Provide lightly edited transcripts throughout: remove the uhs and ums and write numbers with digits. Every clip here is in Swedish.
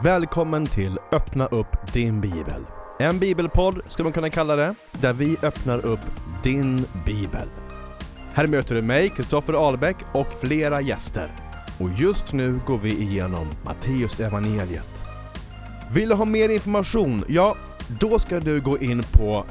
Välkommen till Öppna upp din bibel. En bibelpodd ska man kunna kalla det, där vi öppnar upp din bibel. Här möter du mig, Kristoffer Ahlbäck, och flera gäster. Och just nu går vi igenom Matteus evangeliet. Vill du ha mer information? Ja, då ska du gå in på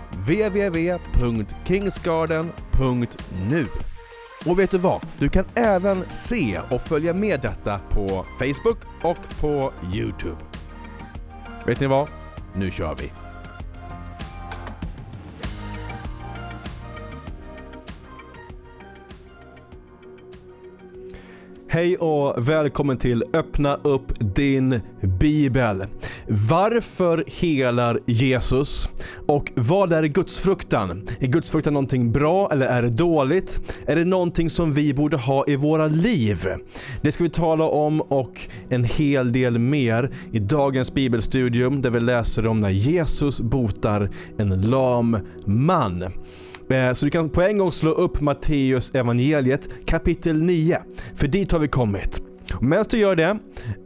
www.kingsgarden.nu. Och vet du vad? Du kan även se och följa med detta på Facebook och på YouTube. Vet ni vad? Nu kör vi! Hej och välkommen till Öppna upp din bibel. Varför helar Jesus? Och vad är gudsfruktan? Är gudsfruktan någonting bra eller är det dåligt? Är det någonting som vi borde ha i våra liv? Det ska vi tala om och en hel del mer i dagens bibelstudium, där vi läser om när Jesus botar en lam man. Så du kan på en gång slå upp Matteus evangeliet kapitel 9, för dit har vi kommit. Medan du gör det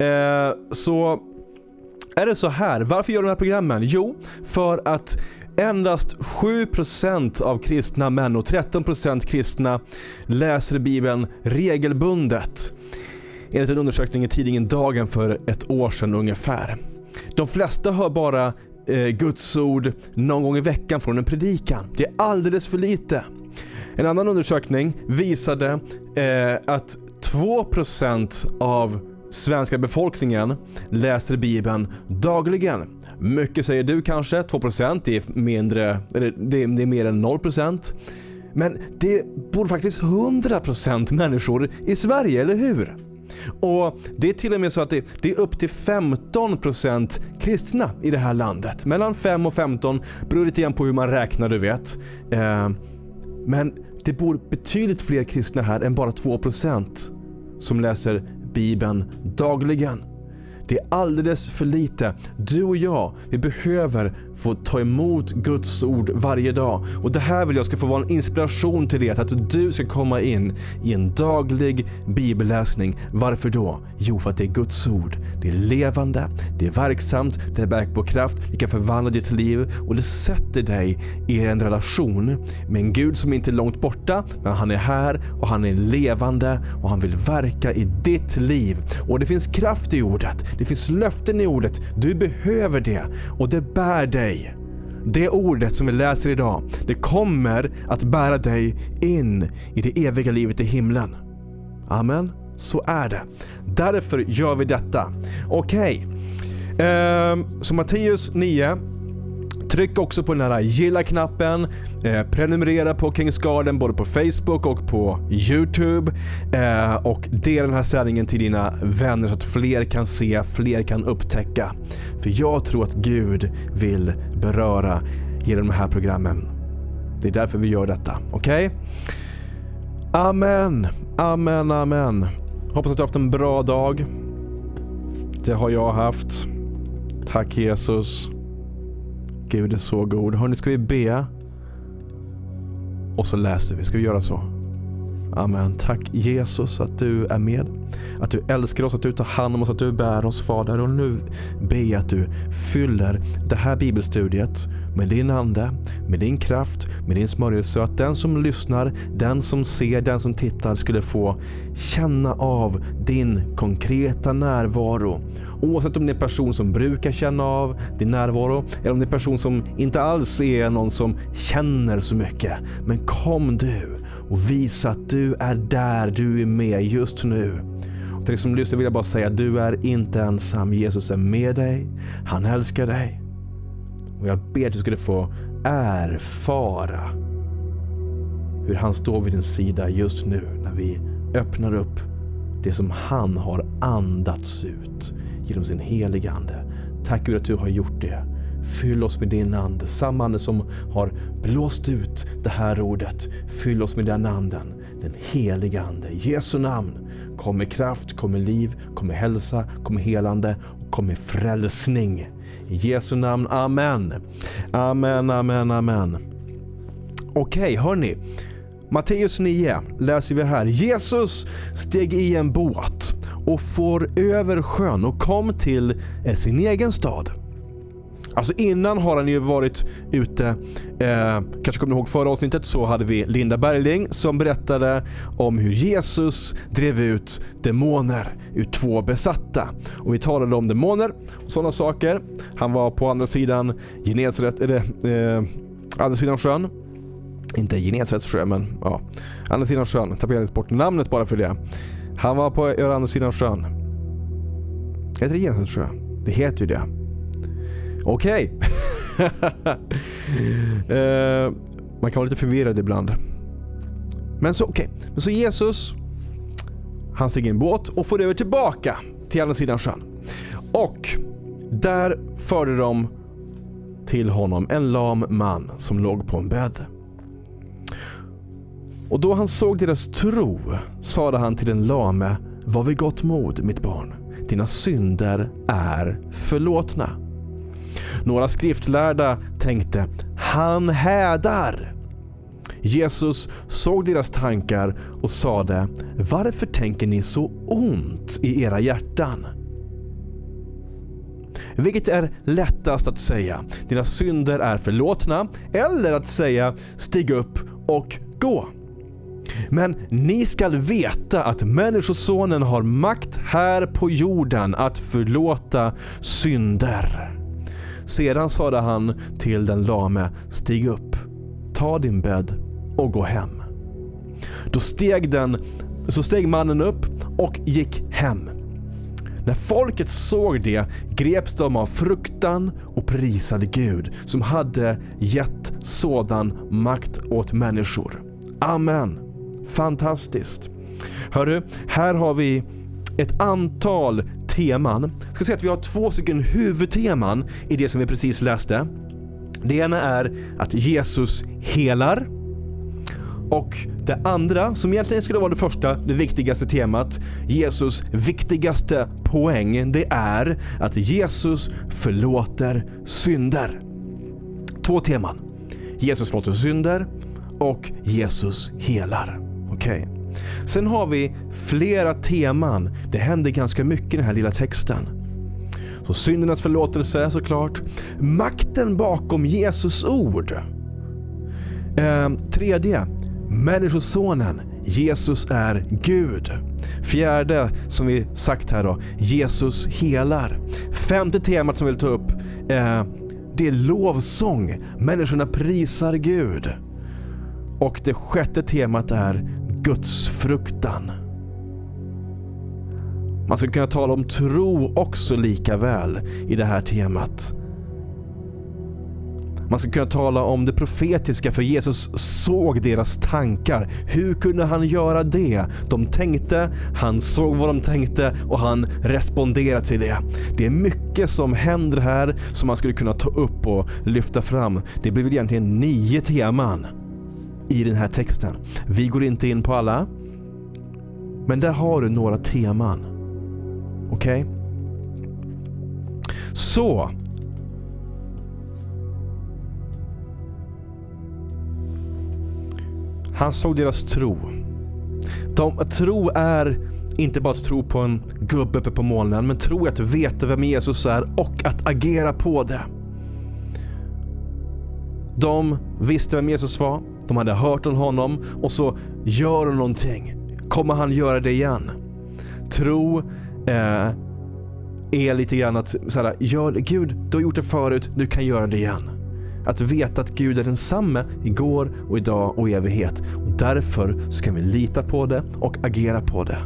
så är det så här. Varför gör de här programmen? Jo, för att endast 7% av kristna män och 13% kristna läser Bibeln regelbundet. Enligt en undersökning i tidningen Dagen för ett år sedan ungefär. De flesta hör bara Guds ord någon gång i veckan från en predikan. Det är alldeles för lite. En annan undersökning visade att 2% av svenska befolkningen läser Bibeln dagligen. Mycket säger du kanske, 2%, det är mindre, eller det är mer än 0%. Men det bor faktiskt 100% människor i Sverige, eller hur? Och det är till och med så att det är upp till 15% kristna i det här landet. Mellan 5 och 15, beror lite grann på hur man räknar, du vet. Men det bor betydligt fler kristna här än bara 2% som läser Bibeln dagligen. Det är alldeles för lite. Du och jag, vi behöver få ta emot Guds ord varje dag. Och det här vill jag ska få vara en inspiration till det, att du ska komma in i en daglig bibelläsning. Varför då? Jo, för att det är Guds ord. Det är levande, det är verksamt, det är verk på kraft, det kan förvandla ditt liv och det sätter dig i en relation med en Gud som inte är långt borta, men han är här och han är levande och han vill verka i ditt liv. Och det finns kraft i ordet. Det finns löften i ordet. Du behöver det. Och det bär dig. Det ordet som vi läser idag, det kommer att bära dig in i det eviga livet i himlen. Amen. Så är det. Därför gör vi detta. Okej. Så Matteus 9. Tryck också på den här gilla-knappen. Prenumerera på Kings Garden både på Facebook och på YouTube. Och dela den här sändningen till dina vänner så att fler kan se, fler kan upptäcka. För jag tror att Gud vill beröra genom de här programmen. Det är därför vi gör detta. Okej? Amen. Amen, amen. Hoppas att du har haft en bra dag. Det har jag haft. Tack Jesus. Gud är så god. Hörrni, ska vi be? Och så läser vi. Ska vi göra så? Amen. Tack Jesus att du är med. Att du älskar oss, att du tar hand om oss, att du bär oss, Fader. Och nu ber jag att du fyller det här bibelstudiet med din ande, med din kraft, med din smörjelse. Att den som lyssnar, den som ser, den som tittar skulle få känna av din konkreta närvaro. Oavsett om det är en person som brukar känna av din närvaro eller om det är en person som inte alls är någon som känner så mycket. Men kom du och visa att du är där, du är med just nu. Och till dig som lyssnar vill jag bara säga att du är inte ensam. Jesus är med dig. Han älskar dig. Och jag ber att du skulle få erfara hur han står vid din sida just nu när vi öppnar upp det som han har andats ut genom sin heliga ande. Tack Gud att du har gjort det. Fyll oss med din ande. Samma ande som har blåst ut det här ordet. Fyll oss med den anden. Den heliga ande. I Jesu namn. Kom med kraft, kom med liv, kom med hälsa, kom med helande och kom med frälsning. I Jesu namn. Amen. Amen, amen, amen. Okej, hörni. Matteus 9 läser vi här. Jesus steg i en båt och for över sjön och kom till sin egen stad. Alltså innan har han ju varit ute, kanske kommer ni ihåg förra avsnittet, så hade vi Linda Bergling som berättade om hur Jesus drev ut demoner ur 2 besatta. Och vi talade om demoner och sådana saker. Han var på andra sidan andra sidan sjön. Inte Genesarets sjö, men ja, andra sidan sjön. Tappade jag bort namnet bara för det. Han var på andra sidan sjön. Heter det Genesarets sjö? Det heter ju det. Okej. Man kan vara lite förvirrad ibland. Men så så Jesus, han steg i en båt och får över tillbaka till andra sidan sjön. Och där förde de till honom en lam man som låg på en bädd. Och då han såg deras tro sade han till den lame: var vid gott mod, mitt barn. Dina synder är förlåtna. Några skriftlärda tänkte: han hädar. Jesus såg deras tankar och sade: varför tänker ni så ont i era hjärtan? Vilket är lättast att säga: dina synder är förlåtna, eller att säga: stig upp och gå? Men ni ska veta att människosonen har makt här på jorden att förlåta synder. Sedan sade han till den lame: stig upp, ta din bädd och gå hem. Då steg mannen upp och gick hem. När folket såg det greps de av fruktan och prisade Gud som hade gett sådan makt åt människor. Amen. Fantastiskt. Hörru, här har vi ett antal teman. Jag ska säga att vi har 2 stycken huvudteman i det som vi precis läste. Det ena är att Jesus helar. Och det andra, som egentligen skulle vara det första, det viktigaste temat, Jesus viktigaste poäng, det är att Jesus förlåter synder. 2 teman. Jesus förlåter synder och Jesus helar. Okej. Sen har vi flera teman. Det händer ganska mycket i den här lilla texten. Så syndernas förlåtelse såklart. Makten bakom Jesus ord. 3. Människosonen. Jesus är Gud. 4. som vi sagt här då. Jesus helar. 5:e temat som vi vill ta upp. Det är lovsång. Människorna prisar Gud. Och det 6:e temat är Guds fruktan. Man ska kunna tala om tro också lika väl i det här temat. Man ska kunna tala om det profetiska, för Jesus såg deras tankar. Hur kunde han göra det? De tänkte, han såg vad de tänkte och han responderade till det. Det är mycket som händer här som man skulle kunna ta upp och lyfta fram. Det blir egentligen 9 teman i den här texten. Vi går inte in på alla, men där har du några teman. Okej? Så han såg deras tro. Tro är inte bara att tro på en gubbe uppe på molnen, men tro är att veta vem Jesus är och att agera på det. De visste vem Jesus var. De hade hört om honom och så gör de någonting. Kommer han göra det igen? Tro är lite grann att Gud, du har gjort det förut, du kan göra det igen. Att veta att Gud är densamma igår och idag och i evighet. Och därför ska vi lita på det och agera på det.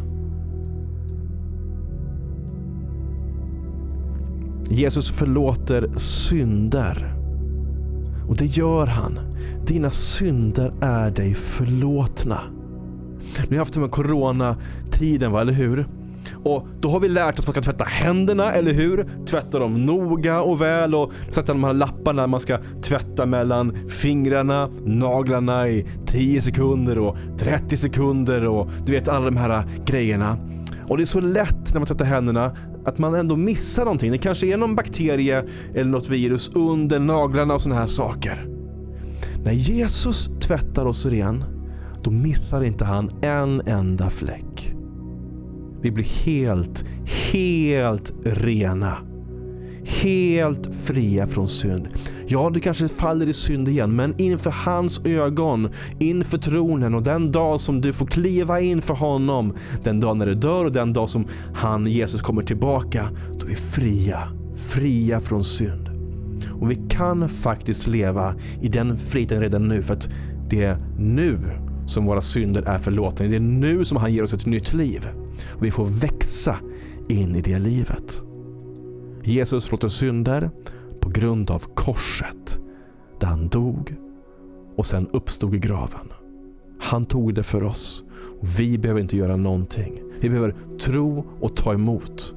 Jesus förlåter synder. Och det gör han. Dina synder är dig förlåtna. Nu har vi haft med coronatiden, eller hur? Och då har vi lärt oss att man kan tvätta händerna, eller hur? Tvätta dem noga och väl och sätta de här lapparna man ska tvätta mellan fingrarna, naglarna i 10 sekunder och 30 sekunder och du vet alla de här grejerna. Och det är så lätt när man tvättar händerna att man ändå missar någonting. Det kanske är någon bakterie eller något virus under naglarna och såna här saker. När Jesus tvättar oss ren, då missar inte han en enda fläck. Vi blir helt rena. Helt fria från synd. Ja, du kanske faller i synd igen, men inför hans ögon, inför tronen, och den dag som du får kliva in för honom, den dag när du dör och den dag som Jesus kommer tillbaka, då är vi fria från synd. Och vi kan faktiskt leva i den friheten redan nu, för att det är nu som våra synder är förlåtna. Det är nu som han ger oss ett nytt liv. Och vi får växa in i det livet. Jesus förlåter synder på grund av korset, där han dog och sen uppstod i graven. Han tog det för oss. Och vi behöver inte göra någonting. Vi behöver tro och ta emot.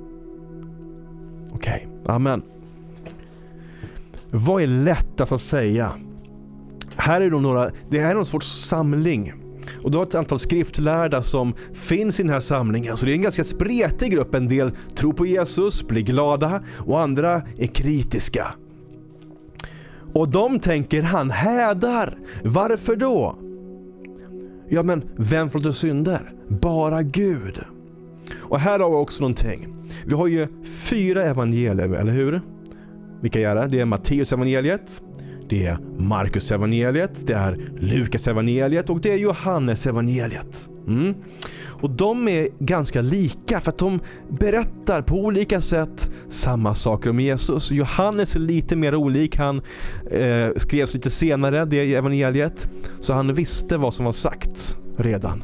Okej, amen. Vad är lättast att säga? Här är det här är någon sorts samling. Och då har ett antal skriftlärda som finns i den här samlingen. Så det är en ganska spretig grupp. En del tror på Jesus, blir glada, och andra är kritiska. Och de tänker, han hädar. Varför då? Ja, men vem förlåter synder? Bara Gud. Och här har vi också någonting. Vi har ju 4 evangelier, eller hur? Vilka är det? Det är Matteus evangeliet, det är Markus evangeliet, det är Lukas evangeliet och det är Johannes evangeliet. Och de är ganska lika, för att de berättar på olika sätt samma saker om Jesus. Johannes är lite mer olik. Han skrevs lite senare, det evangeliet, så han visste vad som var sagt redan.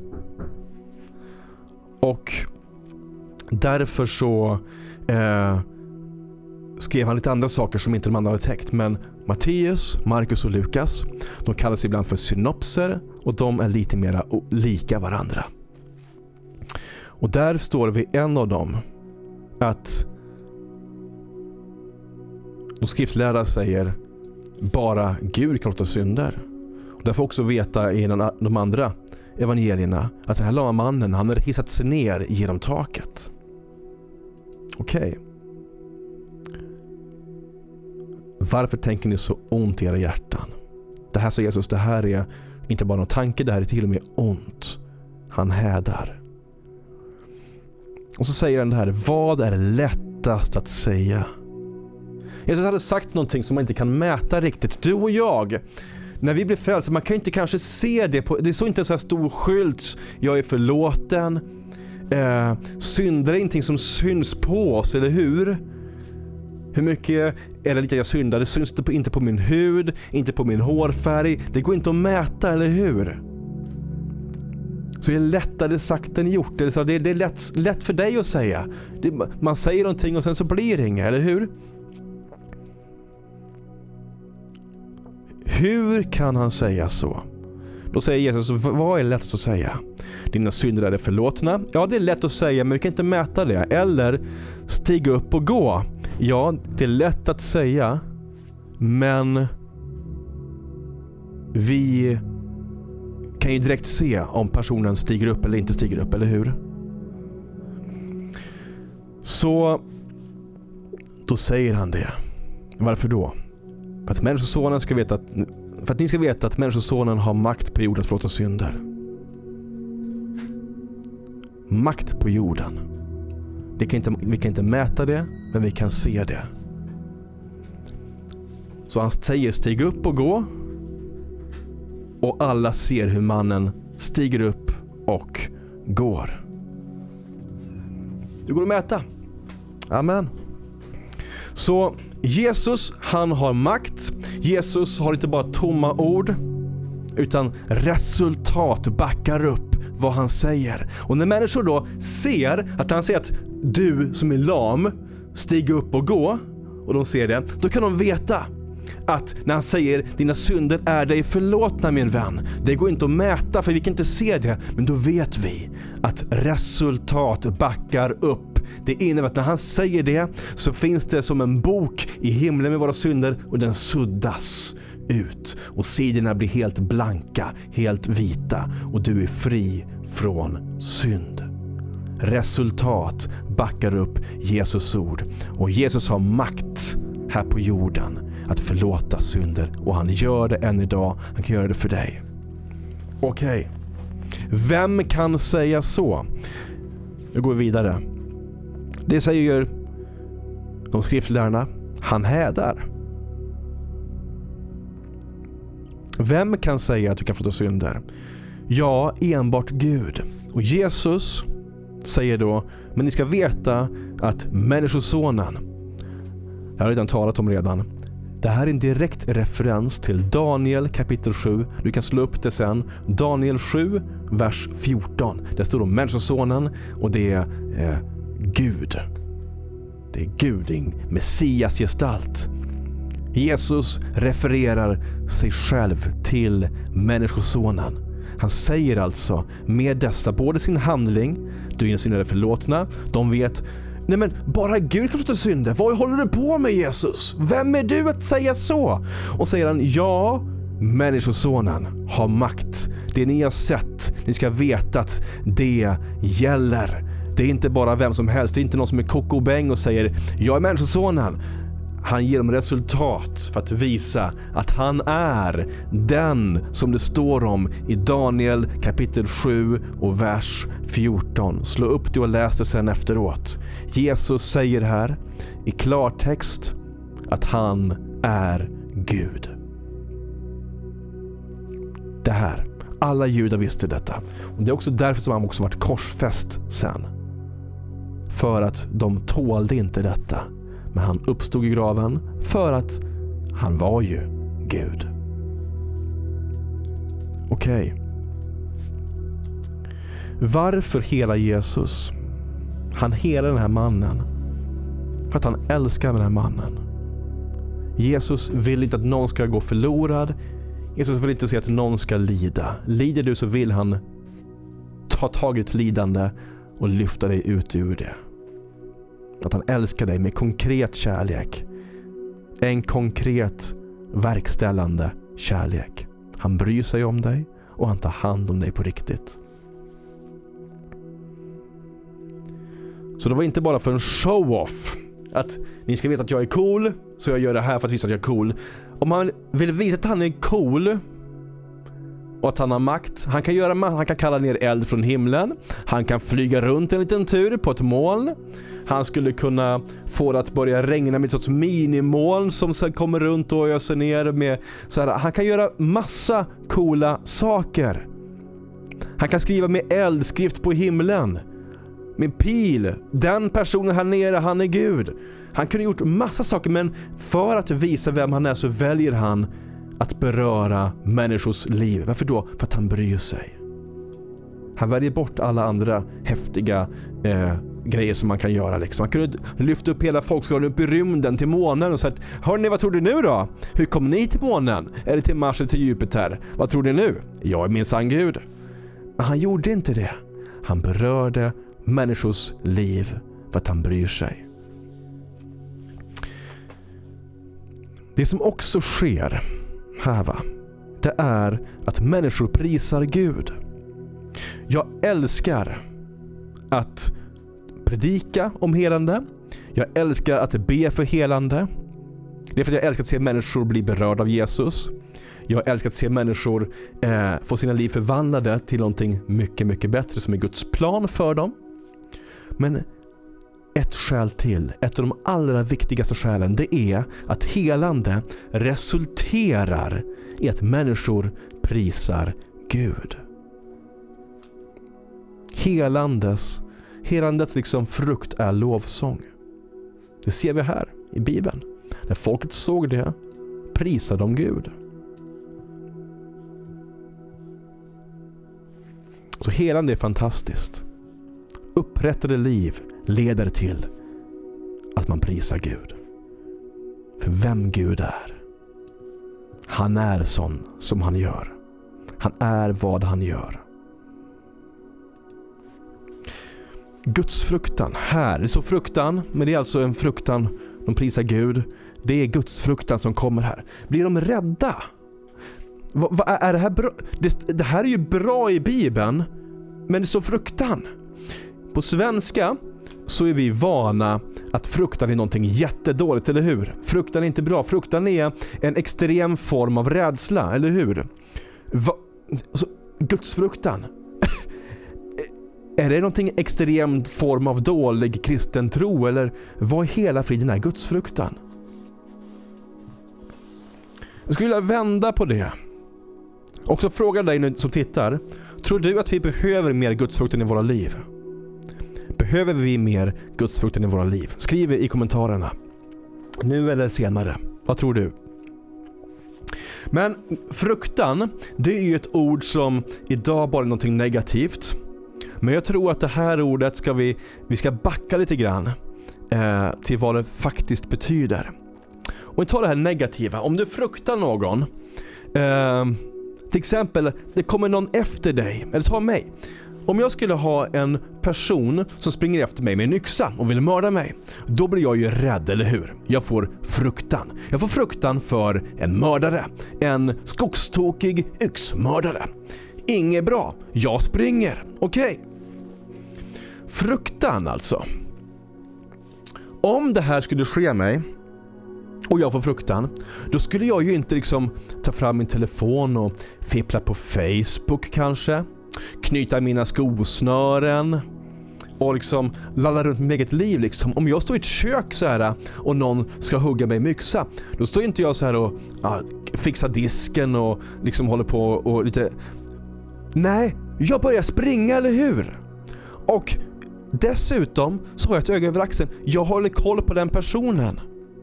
Och därför så skrev han lite andra saker som inte de andra hade täckt. Men Matteus, Markus och Lukas, de kallas ibland för synopser, och de är lite mer lika varandra. Och där står vi en av dem att de skriftlärda säger bara Gud kan förlåta synder. Och därför också veta i de andra evangelierna att den här lama mannen, han hade hissat sig ner genom taket. Okej. Varför tänker ni så ont i era hjärtan? Det här säger Jesus, det här är inte bara någon tanke, det här är till och med ont. Han hädar. Och så säger han det här, vad är lättast att säga? Jesus hade sagt någonting som man inte kan mäta riktigt. Du och jag, när vi blir frälsta, man kan inte kanske se det på, det är så inte en så här stor skylt, jag är förlåten. Synder är ingenting som syns på oss, eller hur? Hur mycket är det lite jag syndar? Det syns inte på min hud, inte på min hårfärg. Det går inte att mäta, eller hur? Så det är lättare sagt än gjort. Det är lätt för dig att säga. Man säger någonting och sen så blir det inget, eller hur? Hur kan han säga så? Då säger Jesus, vad är lättast att säga? Dina synder är förlåtna. Ja, det är lätt att säga, men vi kan inte mäta det. Eller stiga upp och gå. Ja, det är lätt att säga, men vi kan ju direkt se om personen stiger upp eller inte stiger upp, eller hur? Så då säger han det. Varför då? För att människosonen ska veta för att ni ska veta att människosonen har makt på jorden att förlåta synder. Makt på jorden. Vi kan inte mäta det, men vi kan se det. Så han säger stig upp och gå. Och alla ser hur mannen stiger upp och går. Det går att mäta. Amen. Så Jesus, han har makt. Jesus har inte bara tomma ord, utan resultat backar upp vad han säger. Och när människor då ser att han säger att du som är lam, stig upp och gå, och de ser det, då kan de veta att när han säger dina synder är dig förlåtna, min vän. Det går inte att mäta, för vi kan inte se det, men då vet vi att resultat backar upp. Det innebär att när han säger det så finns det som en bok i himlen med våra synder, och den suddas ut och sidorna blir helt blanka, helt vita, och du är fri från synd. Resultat backar upp Jesus ord, och Jesus har makt här på jorden att förlåta synder, och han gör det än idag. Han kan göra det för dig. Okej. Vem kan säga så? Nu går vi vidare. Det säger de skriftlärarna. Han hädar. Vem kan säga att du kan förlåta synder? Ja, enbart Gud. Och Jesus säger då, men ni ska veta att människosonen, jag har redan talat om redan, det här är en direkt referens till Daniel kapitel 7. Du kan slå upp det sen. Daniel 7, vers 14. Där står om människosonen och det är Gud. Det är Gud, en Messias gestalt. Jesus refererar sig själv till människosonen. Han säger alltså med dessa, både sin handling, dina synder är förlåtna, de vet, nej men bara Gud kan förstå synder. Vad håller du på med, Jesus? Vem är du att säga så? Och säger han, ja, människosonen har makt. Det ni har sett, ni ska veta att det gäller. Det är inte bara vem som helst, det är inte någon som är kokobäng och säger, jag är människosonen. Han ger dem resultat för att visa att han är den som det står om i Daniel kapitel 7 och vers 14. Slå upp det och läs det sen efteråt. Jesus säger här i klartext att han är Gud. Det här, alla judar visste detta. Och det är också därför som han också varit korsfäst sen. För att de tålde inte detta. Men han uppstod i graven för att han var ju Gud. Okej. Varför hela Jesus? Han helar den här mannen. För att han älskar den här mannen. Jesus vill inte att någon ska gå förlorad. Jesus vill inte se att någon ska lida. Lider du så vill han ta tag i ett lidande och lyfta dig ut ur det. Att han älskar dig med konkret kärlek. En konkret verkställande kärlek. Han bryr sig om dig och han tar hand om dig på riktigt. Så det var inte bara för en show-off. Att ni ska veta att jag är cool, så jag gör det här för att visa att jag är cool. Om man vill visa att han är cool och att han har makt, han kan kalla ner eld från himlen. Han kan flyga runt en liten tur på ett moln. Han skulle kunna få det att börja regna med ett sorts minimoln som sen kommer runt och öser ner med så här. Han kan göra massa coola saker. Han kan skriva med eldskrift på himlen. Med pil. Den personen här nere, han är Gud. Han kunde gjort massa saker, men för att visa vem han är så väljer han att beröra människors liv. Varför då? För att han bryr sig. Han väljer bort alla andra häftiga grejer som man kan göra. Liksom. Han kunde lyfta upp hela folkskalan upp i rymden till månen och säga, hörni, vad tror du nu då? Hur kom ni till månen? Eller till Mars eller till Jupiter? Vad tror ni nu? Jag är minsann Gud. Men han gjorde inte det. Han berörde människors liv för att han bryr sig. Det som också sker här, det är att människor prisar Gud. Jag älskar att predika om helande. Jag älskar att be för helande. Det är för att jag älskar att se människor bli berörda av Jesus. Jag älskar att se människor få sina liv förvandlade till någonting mycket, mycket bättre som är Guds plan för dem. Men ett skäl till, ett av de allra viktigaste skälen, det är att helande resulterar i att människor prisar Gud. Helandets liksom frukt är lovsång. Det ser vi här i Bibeln. När folket såg det, prisade de Gud. Så helande är fantastiskt. Upprättade liv leder till att man prisar Gud. För vem Gud är. Han är sån som han gör. Han är vad han gör. Guds fruktan här. Det är så fruktan, men det är alltså en fruktan. De prisar Gud. Det är Guds fruktan som kommer här. Blir de rädda? Är det här bra? Det här är ju bra i Bibeln, men det är så fruktan. På svenska så är vi vana att fruktan är någonting jättedåligt, eller hur? Fruktan är inte bra. Fruktan är en extrem form av rädsla, eller hur? Gudsfruktan. Är det någonting extrem form av dålig kristen tro, eller vad i hela friden är gudsfruktan? Jag skulle vilja vända på det. Och så fråga dig nu som tittar. Tror du att vi behöver mer gudsfruktan i våra liv? Behöver vi mer gudsfruktan i våra liv? Skriv i kommentarerna. Nu eller senare. Vad tror du? Men fruktan, det är ju ett ord som idag bara är någonting negativt. Men jag tror att det här ordet ska vi ska backa lite grann till vad det faktiskt betyder. Och vi tar det här negativa. Om du fruktar någon, till exempel, det kommer någon efter dig, eller ta mig. Om jag skulle ha en person som springer efter mig med en yxa och vill mörda mig, då blir jag ju rädd, eller hur? Jag får fruktan. Jag får fruktan för en mördare, en skogstokig yxmördare. Inget bra, jag springer. Okej. Fruktan alltså. Om det här skulle ske mig och jag får fruktan, då skulle jag ju inte liksom ta fram min telefon och fippla på Facebook kanske, knyta mina skosnören och liksom lalla runt mitt eget liv liksom. Om jag står i ett kök så här och någon ska hugga mig med yxa, då står inte jag så här och fixar disken och liksom håller på och lite... Nej, jag börjar springa, eller hur? Och dessutom så har jag ett öga över axeln. Jag håller koll på den personen.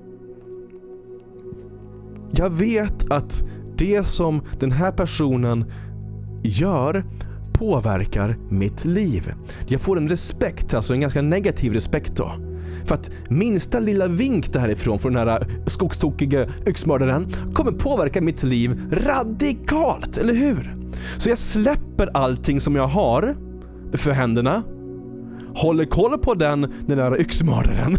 Jag vet att det som den här personen gör påverkar mitt liv. Jag får en respekt, alltså en ganska negativ respekt då. För att minsta lilla vink därifrån från den här skogstokiga yxmördaren kommer påverka mitt liv radikalt, eller hur? Så jag släpper allting som jag har för händerna, håller koll på den där yxmördaren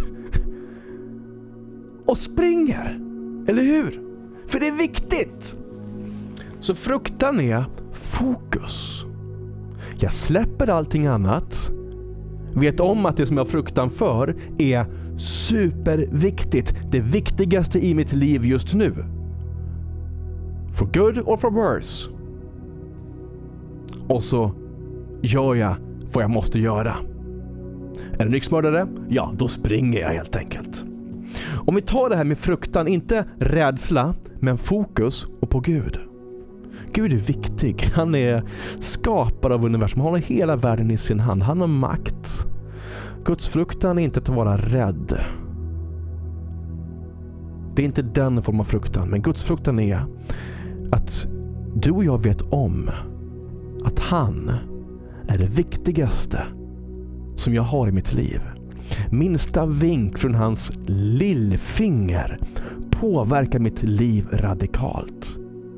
och springer, eller hur? För det är viktigt. Så fruktan är fokus. Jag släpper allting annat, vet om att det som jag har fruktan för är superviktigt, det viktigaste i mitt liv just nu. For good or for worse. Och så gör jag vad jag måste göra. Är det en yxmördare? Ja, då springer jag helt enkelt. Om vi tar det här med fruktan, inte rädsla, men fokus och på Gud. Gud är viktig. Han är skapare av universum. Han har hela världen i sin hand. Han har makt. Guds fruktan är inte att vara rädd. Det är inte den form av fruktan. Men Guds fruktan är att du och jag vet om att han är det viktigaste som jag har i mitt liv. Minsta vink från hans lillfinger påverkar mitt liv radikalt.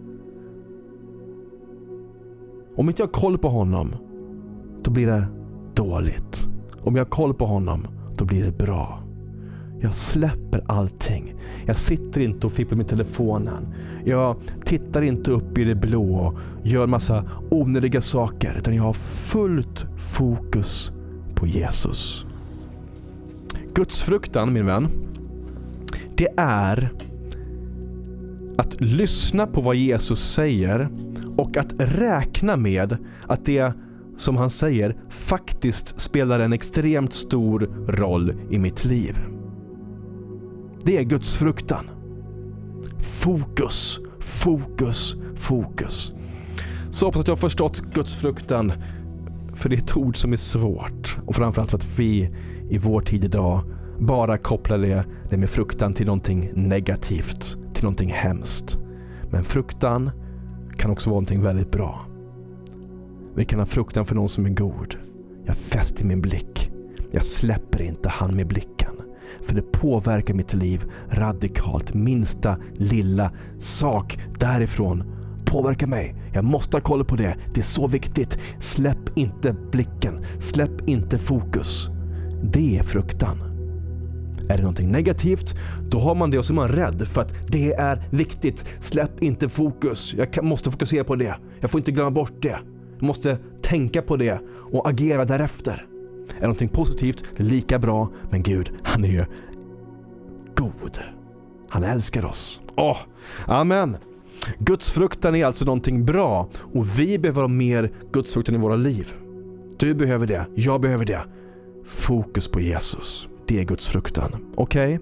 Om inte jag har koll på honom, då blir det dåligt. Om jag har koll på honom, då blir det bra. Jag släpper allting. Jag sitter inte och fipplar med telefonen. Jag tittar inte upp i det blå och gör massa onödiga saker. Utan jag har fullt fokus på Jesus. Guds fruktan, min vän, det är att lyssna på vad Jesus säger och att räkna med att det som han säger faktiskt spelar en extremt stor roll i mitt liv. Det är Guds fruktan. Fokus, fokus, fokus. Så hoppas att jag har förstått Guds fruktan, för det är ett ord som är svårt. Och framförallt för att vi i vår tid idag bara kopplar det med fruktan till någonting negativt, till någonting hemskt. Men fruktan kan också vara någonting väldigt bra. Vi kan ha fruktan för någon som är god. Jag fäster min blick. Jag släpper inte han med blicken. För det påverkar mitt liv radikalt. Minsta lilla sak därifrån påverkar mig. Jag måste ha koll på det. Det är så viktigt. Släpp inte blicken. Släpp inte fokus. Det är fruktan. Är det någonting negativt, då har man det och så är man rädd för att det är viktigt. Släpp inte fokus. Jag måste fokusera på det. Jag får inte glömma bort det. Jag måste tänka på det och agera därefter. Är det någonting positivt, det är lika bra. Men Gud, han är ju god. Han älskar oss. Amen. Gudsfruktan är alltså någonting bra och vi behöver ha mer gudsfruktan i våra liv. Du behöver det, jag behöver det. Fokus på Jesus, det är gudsfruktan. Okej?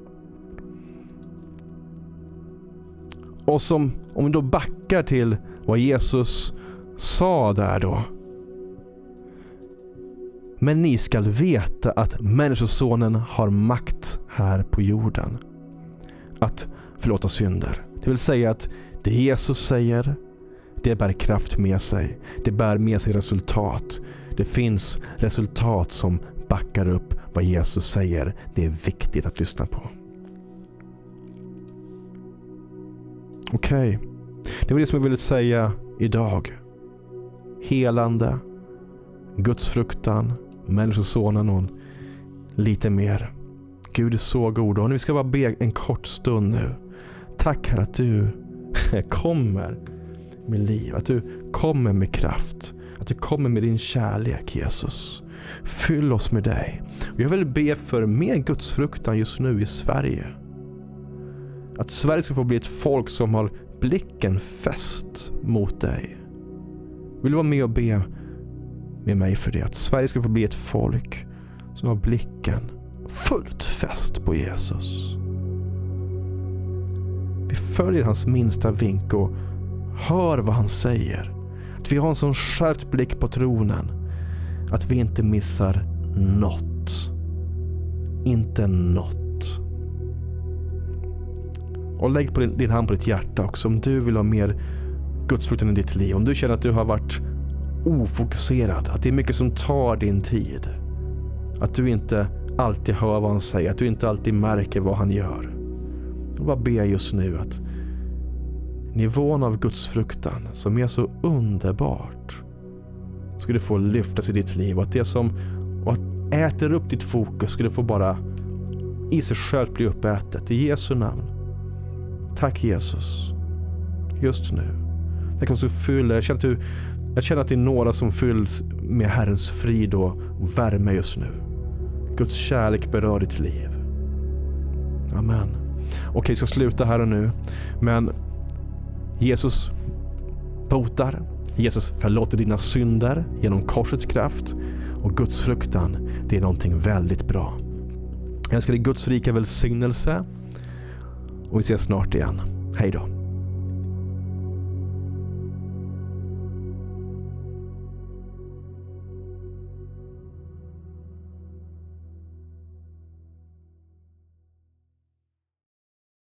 Och om vi då backar till vad Jesus sa där då. Men ni ska veta att Människosonen har makt här på jorden att förlåta synder. Det vill säga att det Jesus säger, det bär kraft med sig. Det bär med sig resultat. Det finns resultat som backar upp vad Jesus säger. Det är viktigt att lyssna på. Okej. Det var det som jag ville säga idag. Helande, gudsfruktan, Människosonen och lite mer. Gud är så god. Och nu ska bara be en kort stund nu. Tack Herre att du kommer med liv. Att du kommer med kraft. Att du kommer med din kärlek, Jesus. Fyll oss med dig. Och jag vill be för mer gudsfruktan just nu i Sverige. Att Sverige ska få bli ett folk som har blicken fäst mot dig. Vill du vara med och be med mig för det? Att Sverige ska få bli ett folk som har blicken fullt fäst på Jesus. Vi följer hans minsta vink och hör vad han säger. Att vi har en sån skärpt blick på tronen. Att vi inte missar något. Inte något. Och lägg på din hand på ditt hjärta också. Om du vill ha mer gudsfruktan i ditt liv. Om du känner att du har varit ofokuserad. Att det är mycket som tar din tid. Att du inte alltid hör vad han säger. Att du inte alltid märker vad han gör. Jag bara ber just nu att nivån av gudsfruktan som är så underbart skulle få lyftas i ditt liv. Och att det som äter upp ditt fokus skulle få bara i sig själv bli uppätet. I Jesu namn. Tack Jesus. Just nu. Tack att du fyller. Jag känner att det är några som fylls med Herrens frid och värme just nu. Guds kärlek berör ditt liv. Amen. Okej, jag ska sluta här och nu. Men Jesus botar. Jesus förlåter dina synder genom korsets kraft. Och Guds fruktan, det är någonting väldigt bra. Jag önskar dig Guds rika välsignelse. Och vi ses snart igen. Hej då.